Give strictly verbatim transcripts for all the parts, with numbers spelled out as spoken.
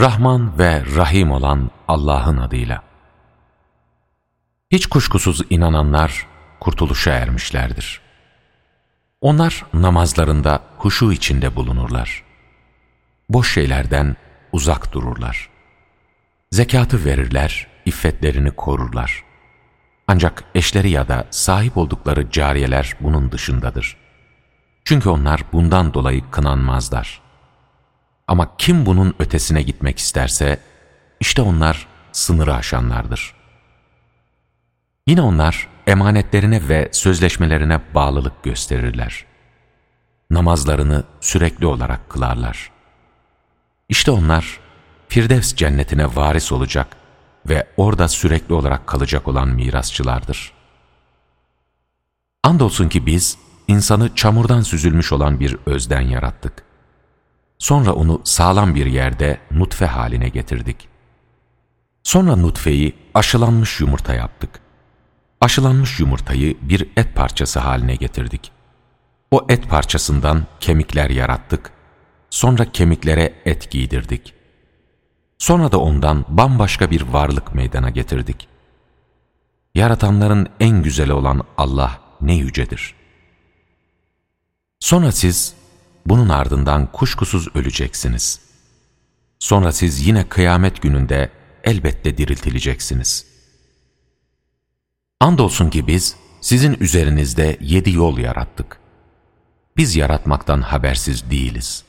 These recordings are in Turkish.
Rahman ve Rahim olan Allah'ın adıyla. Hiç kuşkusuz inananlar kurtuluşa ermişlerdir. Onlar namazlarında huşu içinde bulunurlar. Boş şeylerden uzak dururlar. Zekatı verirler, iffetlerini korurlar. Ancak eşleri ya da sahip oldukları cariyeler bunun dışındadır. Çünkü onlar bundan dolayı kınanmazlar. Ama kim bunun ötesine gitmek isterse, işte onlar sınırı aşanlardır. Yine onlar emanetlerine ve sözleşmelerine bağlılık gösterirler. Namazlarını sürekli olarak kılarlar. İşte onlar Firdevs cennetine varis olacak ve orada sürekli olarak kalacak olan mirasçılardır. Andolsun ki biz insanı çamurdan süzülmüş olan bir özden yarattık. Sonra onu sağlam bir yerde nutfe haline getirdik. Sonra nutfeyi aşılanmış yumurta yaptık. Aşılanmış yumurtayı bir et parçası haline getirdik. O et parçasından kemikler yarattık. Sonra kemiklere et giydirdik. Sonra da ondan bambaşka bir varlık meydana getirdik. Yaratanların en güzeli olan Allah ne yücedir. Sonra siz bunun ardından kuşkusuz öleceksiniz. Sonra siz yine kıyamet gününde elbette diriltileceksiniz. Andolsun ki biz sizin üzerinizde yedi yol yarattık. Biz yaratmaktan habersiz değiliz.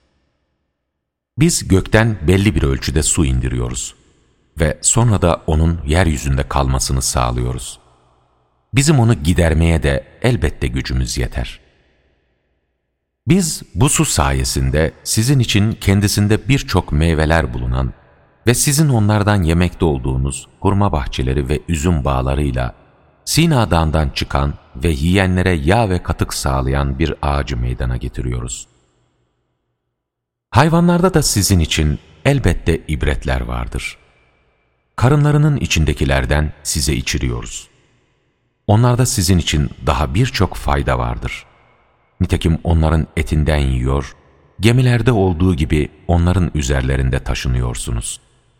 Biz gökten belli bir ölçüde su indiriyoruz ve sonra da onun yeryüzünde kalmasını sağlıyoruz. Bizim onu gidermeye de elbette gücümüz yeter. Biz bu su sayesinde sizin için kendisinde birçok meyveler bulunan ve sizin onlardan yemekte olduğunuz hurma bahçeleri ve üzüm bağlarıyla Sina Dağı'ndan çıkan ve yiyenlere yağ ve katık sağlayan bir ağacı meydana getiriyoruz. Hayvanlarda da sizin için elbette ibretler vardır. Karınlarının içindekilerden size içiriyoruz. Onlarda sizin için daha birçok fayda vardır. Nitekim onların etinden yiyor, gemilerde olduğu gibi onların üzerlerinde taşınıyorsunuz.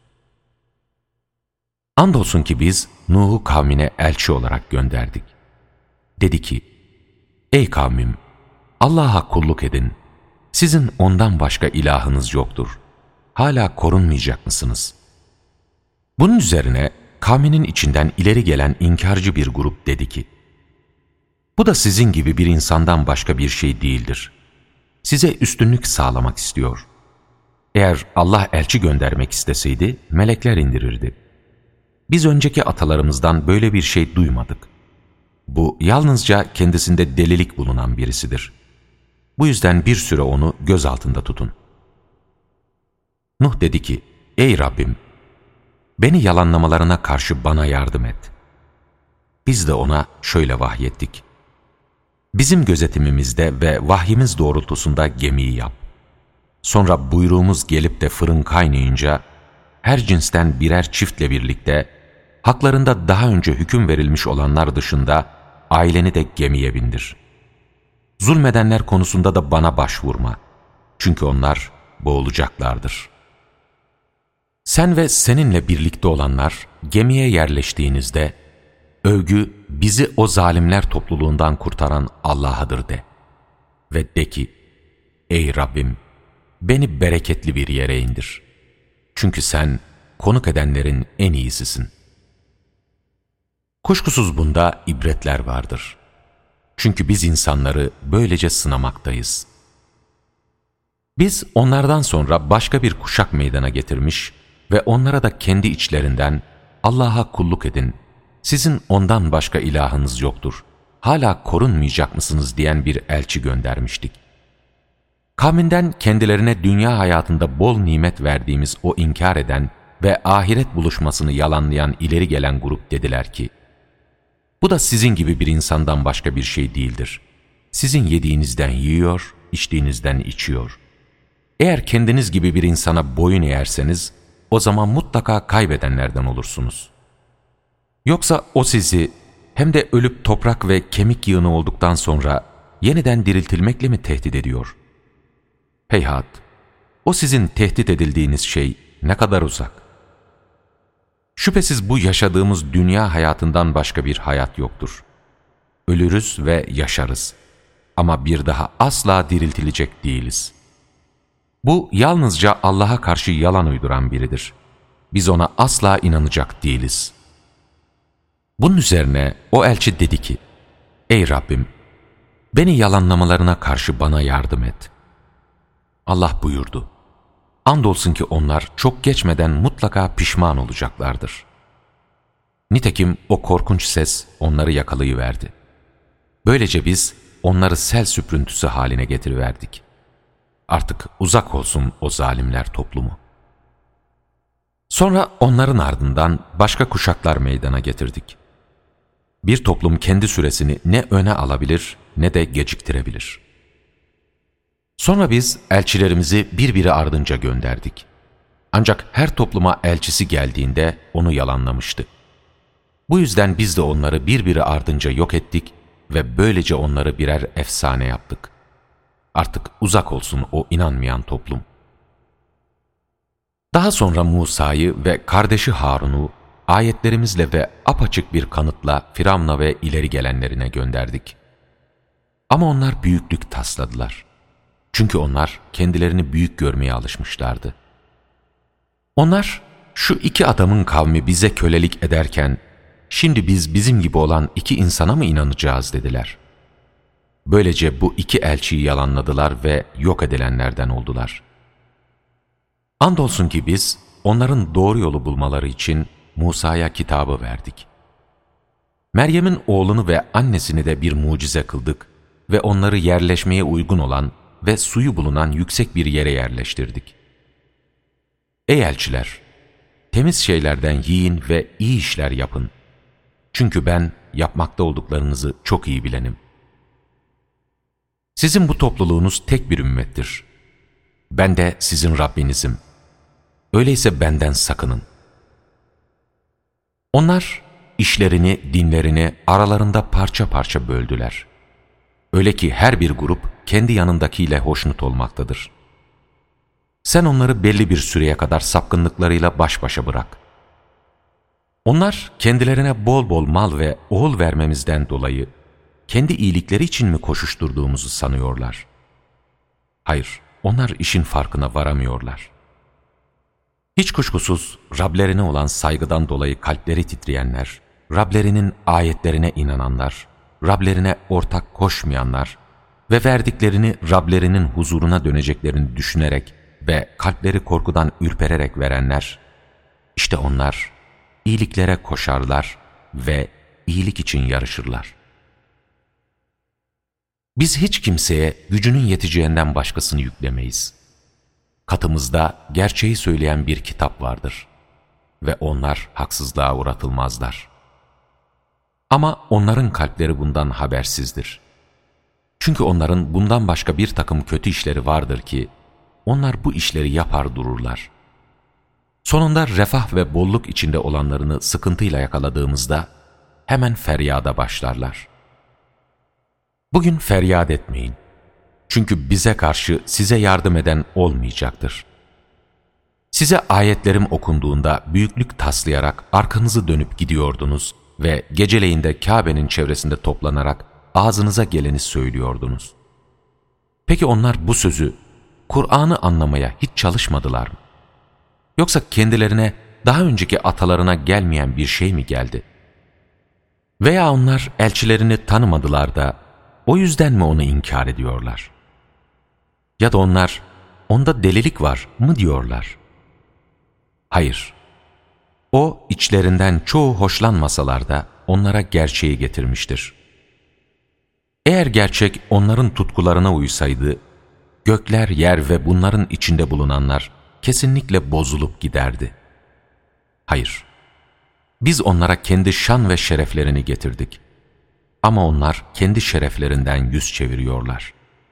Andolsun ki biz Nuh'u kavmine elçi olarak gönderdik. Dedi ki, ey kavmim, Allah'a kulluk edin. Sizin ondan başka ilahınız yoktur. Hala korunmayacak mısınız? Bunun üzerine kavminin içinden ileri gelen inkarcı bir grup dedi ki, bu da sizin gibi bir insandan başka bir şey değildir. Size üstünlük sağlamak istiyor. Eğer Allah elçi göndermek isteseydi, melekler indirirdi. Biz önceki atalarımızdan böyle bir şey duymadık. Bu yalnızca kendisinde delilik bulunan birisidir. Bu yüzden bir süre onu göz altında tutun. Nuh dedi ki, ey Rabbim, beni yalanlamalarına karşı bana yardım et. Biz de ona şöyle vahyettik. Bizim gözetimimizde ve vahyimiz doğrultusunda gemiyi yap. Sonra buyruğumuz gelip de fırın kaynayınca, her cinsten birer çiftle birlikte, haklarında daha önce hüküm verilmiş olanlar dışında, aileni de gemiye bindir. Zulmedenler konusunda da bana başvurma. Çünkü onlar boğulacaklardır. Sen ve seninle birlikte olanlar gemiye yerleştiğinizde, övgü bizi o zalimler topluluğundan kurtaran Allah'adır de. Ve de ki, ey Rabbim, beni bereketli bir yere indir. Çünkü sen konuk edenlerin en iyisisin. Kuşkusuz bunda ibretler vardır. Çünkü biz insanları böylece sınamaktayız. Biz onlardan sonra başka bir kuşak meydana getirmiş ve onlara da kendi içlerinden Allah'a kulluk edin, sizin ondan başka ilahınız yoktur, hala korunmayacak mısınız diyen bir elçi göndermiştik. Kavminden kendilerine dünya hayatında bol nimet verdiğimiz o inkar eden ve ahiret buluşmasını yalanlayan ileri gelen grup dediler ki, bu da sizin gibi bir insandan başka bir şey değildir. Sizin yediğinizden yiyor, içtiğinizden içiyor. Eğer kendiniz gibi bir insana boyun eğerseniz, o zaman mutlaka kaybedenlerden olursunuz. Yoksa o sizi hem de ölüp toprak ve kemik yığını olduktan sonra yeniden diriltilmekle mi tehdit ediyor? Heyhat! O sizin tehdit edildiğiniz şey ne kadar uzak. Şüphesiz bu yaşadığımız dünya hayatından başka bir hayat yoktur. Ölürüz ve yaşarız. Ama bir daha asla diriltilecek değiliz. Bu yalnızca Allah'a karşı yalan uyduran biridir. Biz ona asla inanacak değiliz. Bunun üzerine o elçi dedi ki, Ey Rabbim, beni yalanlamalarına karşı bana yardım et. Allah buyurdu, andolsun ki onlar çok geçmeden mutlaka pişman olacaklardır. Nitekim o korkunç ses onları yakalayıverdi. Böylece biz onları sel süprüntüsü haline getiriverdik. Artık uzak olsun o zalimler toplumu. Sonra onların ardından başka kuşaklar meydana getirdik. Bir toplum kendi süresini ne öne alabilir ne de geciktirebilir. Sonra biz elçilerimizi birbiri ardınca gönderdik. Ancak her topluma elçisi geldiğinde onu yalanlamıştı. Bu yüzden biz de onları birbiri ardınca yok ettik ve böylece onları birer efsane yaptık. Artık uzak olsun o inanmayan toplum. Daha sonra Musa'yı ve kardeşi Harun'u ayetlerimizle ve apaçık bir kanıtla Firavun'a ve ileri gelenlerine gönderdik. Ama onlar büyüklük tasladılar. Çünkü onlar kendilerini büyük görmeye alışmışlardı. Onlar, şu iki adamın kavmi bize kölelik ederken, şimdi biz bizim gibi olan iki insana mı inanacağız dediler. Böylece bu iki elçiyi yalanladılar ve yok edilenlerden oldular. Andolsun ki biz onların doğru yolu bulmaları için Musa'ya kitabı verdik. Meryem'in oğlunu ve annesini de bir mucize kıldık ve onları yerleşmeye uygun olan ve suyu bulunan yüksek bir yere yerleştirdik. Ey elçiler! Temiz şeylerden yiyin ve iyi işler yapın. Çünkü ben yapmakta olduklarınızı çok iyi bilenim. Sizin bu topluluğunuz tek bir ümmettir. Ben de sizin Rabbinizim. Öyleyse benden sakının. Onlar işlerini, dinlerini aralarında parça parça böldüler. Öyle ki her bir grup kendi yanındakiyle hoşnut olmaktadır. Sen onları belli bir süreye kadar sapkınlıklarıyla baş başa bırak. Onlar kendilerine bol bol mal ve oğul vermemizden dolayı kendi iyilikleri için mi koşuşturduğumuzu sanıyorlar? Hayır, onlar işin farkına varamıyorlar. Hiç kuşkusuz Rablerine olan saygıdan dolayı kalpleri titreyenler, Rablerinin ayetlerine inananlar, Rablerine ortak koşmayanlar ve verdiklerini Rablerinin huzuruna döneceklerini düşünerek ve kalpleri korkudan ürpererek verenler, işte onlar iyiliklere koşarlar ve iyilik için yarışırlar. Biz hiç kimseye gücünün yeteceğinden başkasını yüklemeyiz. Katımızda gerçeği söyleyen bir kitap vardır ve onlar haksızlığa uğratılmazlar. Ama onların kalpleri bundan habersizdir. Çünkü onların bundan başka bir takım kötü işleri vardır ki, onlar bu işleri yapar dururlar. Sonunda refah ve bolluk içinde olanlarını sıkıntıyla yakaladığımızda hemen feryada başlarlar. Bugün feryat etmeyin. Çünkü bize karşı size yardım eden olmayacaktır. Size ayetlerim okunduğunda büyüklük taslayarak arkanızı dönüp gidiyordunuz ve geceleyin de Kabe'nin çevresinde toplanarak ağzınıza geleni söylüyordunuz. Peki onlar bu sözü, Kur'an'ı anlamaya hiç çalışmadılar mı? Yoksa kendilerine daha önceki atalarına gelmeyen bir şey mi geldi? Veya onlar elçilerini tanımadılar da o yüzden mi onu inkar ediyorlar? Ya da onlar, onda delilik var mı diyorlar? Hayır. O içlerinden çoğu hoşlanmasalar da onlara gerçeği getirmiştir. Eğer gerçek onların tutkularına uysaydı, gökler, yer ve bunların içinde bulunanlar kesinlikle bozulup giderdi. Hayır. Biz onlara kendi şan ve şereflerini getirdik. Ama onlar kendi şereflerinden yüz çeviriyorlar.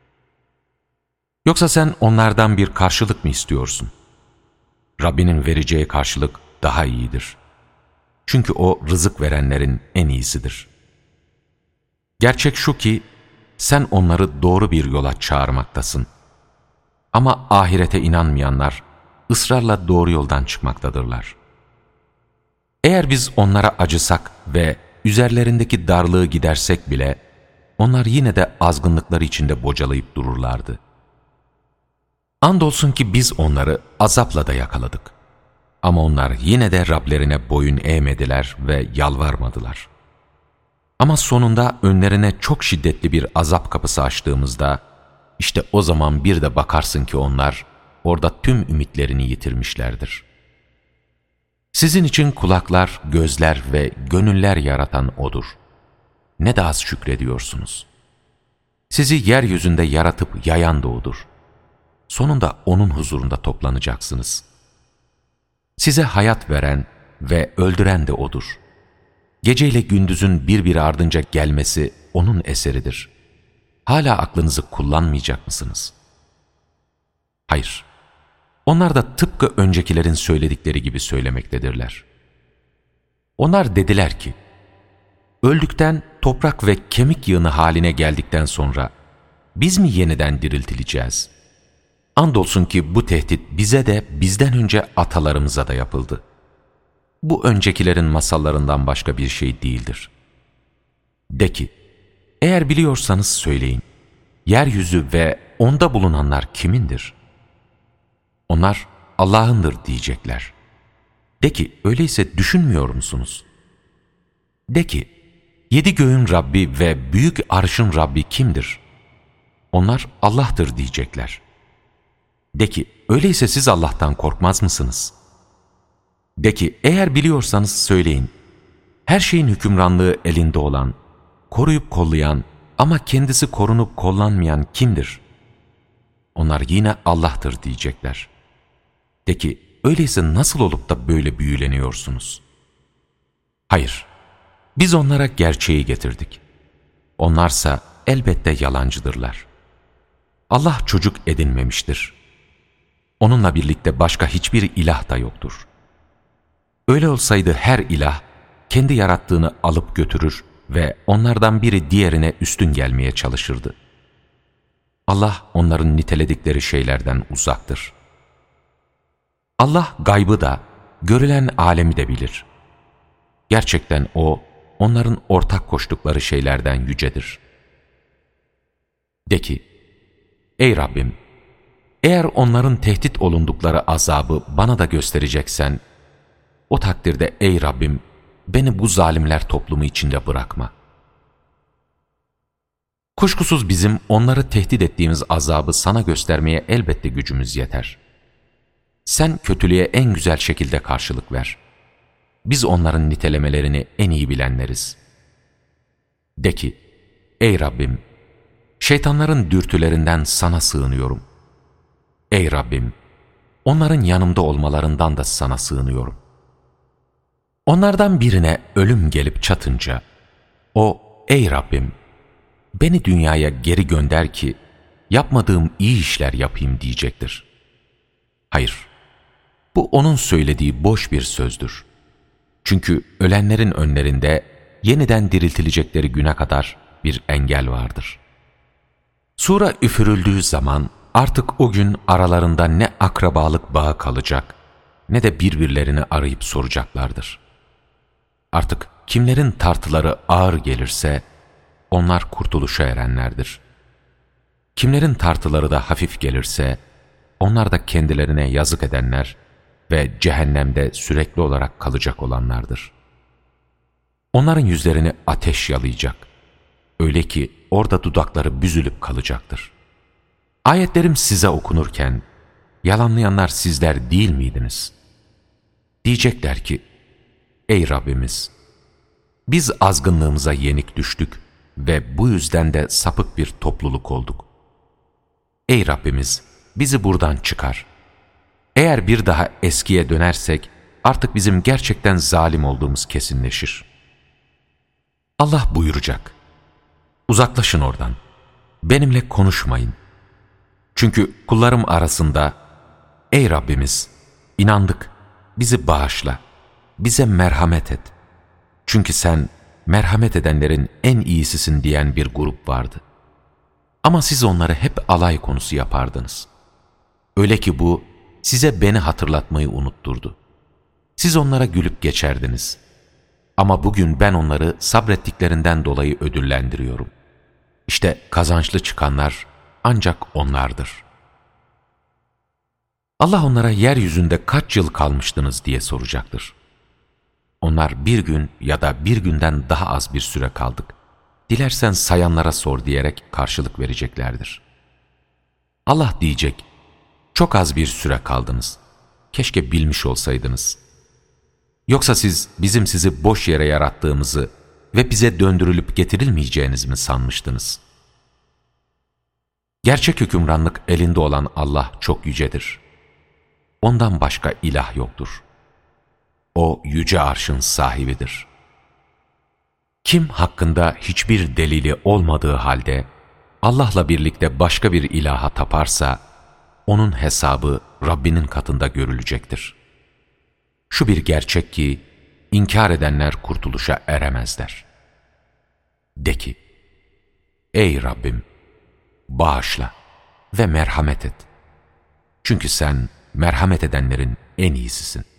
Yoksa sen onlardan bir karşılık mı istiyorsun? Rabbinin vereceği karşılık daha iyidir. Çünkü O rızık verenlerin en iyisidir. Gerçek şu ki, sen onları doğru bir yola çağırmaktasın. Ama ahirete inanmayanlar, ısrarla doğru yoldan çıkmaktadırlar. Eğer biz onlara acısak ve üzerlerindeki darlığı gidersek bile, onlar yine de azgınlıkları içinde bocalayıp dururlardı. Andolsun ki biz onları azapla da yakaladık. Ama onlar yine de Rablerine boyun eğmediler ve yalvarmadılar. Ama sonunda önlerine çok şiddetli bir azap kapısı açtığımızda, işte o zaman bir de bakarsın ki onlar orada tüm ümitlerini yitirmişlerdir. Sizin için kulaklar, gözler ve gönüller yaratan O'dur. Ne de az şükrediyorsunuz. Sizi yeryüzünde yaratıp yayan da O'dur. Sonunda O'nun huzurunda toplanacaksınız. Size hayat veren ve öldüren de O'dur. Geceyle gündüzün birbiri ardınca gelmesi O'nun eseridir. Hala aklınızı kullanmayacak mısınız? Hayır. Onlar da tıpkı öncekilerin söyledikleri gibi söylemektedirler. Onlar dediler ki, öldükten toprak ve kemik yığını haline geldikten sonra biz mi yeniden diriltileceğiz? Andolsun ki bu tehdit bize de bizden önce atalarımıza da yapıldı. Bu öncekilerin masallarından başka bir şey değildir. De ki, eğer biliyorsanız söyleyin, yeryüzü ve onda bulunanlar kimindir? Onlar Allah'ındır diyecekler. De ki, öyleyse düşünmüyor musunuz? De ki, yedi göğün Rabbi ve büyük arşın Rabbi kimdir? Onlar Allah'tır diyecekler. De ki, öyleyse siz Allah'tan korkmaz mısınız? De ki, eğer biliyorsanız söyleyin, her şeyin hükümranlığı elinde olan, koruyup kollayan ama kendisi korunup kollanmayan kimdir? Onlar yine Allah'tır diyecekler. De ki, öyleyse nasıl olup da böyle büyüleniyorsunuz? Hayır, biz onlara gerçeği getirdik. Onlarsa elbette yalancıdırlar. Allah çocuk edinmemiştir. Onunla birlikte başka hiçbir ilah da yoktur. Öyle olsaydı her ilah kendi yarattığını alıp götürür ve onlardan biri diğerine üstün gelmeye çalışırdı. Allah onların niteledikleri şeylerden uzaktır. Allah gaybı da, görülen alemi de bilir. Gerçekten O, onların ortak koştukları şeylerden yücedir. De ki, ey Rabbim, eğer onların tehdit olundukları azabı bana da göstereceksen, o takdirde ey Rabbim, beni bu zalimler toplumu içinde bırakma. Kuşkusuz bizim onları tehdit ettiğimiz azabı sana göstermeye elbette gücümüz yeter. Sen kötülüğe en güzel şekilde karşılık ver. Biz onların nitelemelerini en iyi bilenleriz. De ki, ey Rabbim, şeytanların dürtülerinden sana sığınıyorum. Ey Rabbim, onların yanımda olmalarından da sana sığınıyorum. Onlardan birine ölüm gelip çatınca, o, ey Rabbim, beni dünyaya geri gönder ki, yapmadığım iyi işler yapayım diyecektir. Hayır, bu onun söylediği boş bir sözdür. Çünkü ölenlerin önlerinde yeniden diriltilecekleri güne kadar bir engel vardır. Sura üfürüldüğü zaman artık o gün aralarında ne akrabalık bağı kalacak, ne de birbirlerini arayıp soracaklardır. Artık kimlerin tartıları ağır gelirse, onlar kurtuluşa erenlerdir. Kimlerin tartıları da hafif gelirse, onlar da kendilerine yazık edenler ve cehennemde sürekli olarak kalacak olanlardır. Onların yüzlerini ateş yalayacak. Öyle ki orada dudakları büzülüp kalacaktır. Ayetlerim size okunurken, yalanlayanlar sizler değil miydiniz? Diyecekler ki, ey Rabbimiz, biz azgınlığımıza yenik düştük ve bu yüzden de sapık bir topluluk olduk. Ey Rabbimiz, bizi buradan çıkar. Eğer bir daha eskiye dönersek, artık bizim gerçekten zalim olduğumuz kesinleşir. Allah buyuracak, uzaklaşın oradan, benimle konuşmayın. Çünkü kullarım arasında, ey Rabbimiz, inandık, bizi bağışla, bize merhamet et. Çünkü sen, merhamet edenlerin en iyisisin diyen bir grup vardı. Ama siz onları hep alay konusu yapardınız. Öyle ki bu, size beni hatırlatmayı unutturdu. Siz onlara gülüp geçerdiniz. Ama bugün ben onları sabrettiklerinden dolayı ödüllendiriyorum. İşte kazançlı çıkanlar ancak onlardır. Allah onlara yeryüzünde kaç yıl kalmıştınız diye soracaktır. Onlar bir gün ya da bir günden daha az bir süre kaldık. Dilersen sayanlara sor diyerek karşılık vereceklerdir. Allah diyecek, çok az bir süre kaldınız. Keşke bilmiş olsaydınız. Yoksa siz bizim sizi boş yere yarattığımızı ve bize döndürülüp getirilmeyeceğiniz mi sanmıştınız? Gerçek hükümranlık elinde olan Allah çok yücedir. Ondan başka ilah yoktur. O yüce arşın sahibidir. Kim hakkında hiçbir delili olmadığı halde Allah'la birlikte başka bir ilaha taparsa, onun hesabı Rabbinin katında görülecektir. Şu bir gerçek ki, inkar edenler kurtuluşa eremezler. De ki, ey Rabbim, bağışla ve merhamet et. Çünkü sen merhamet edenlerin en iyisisin.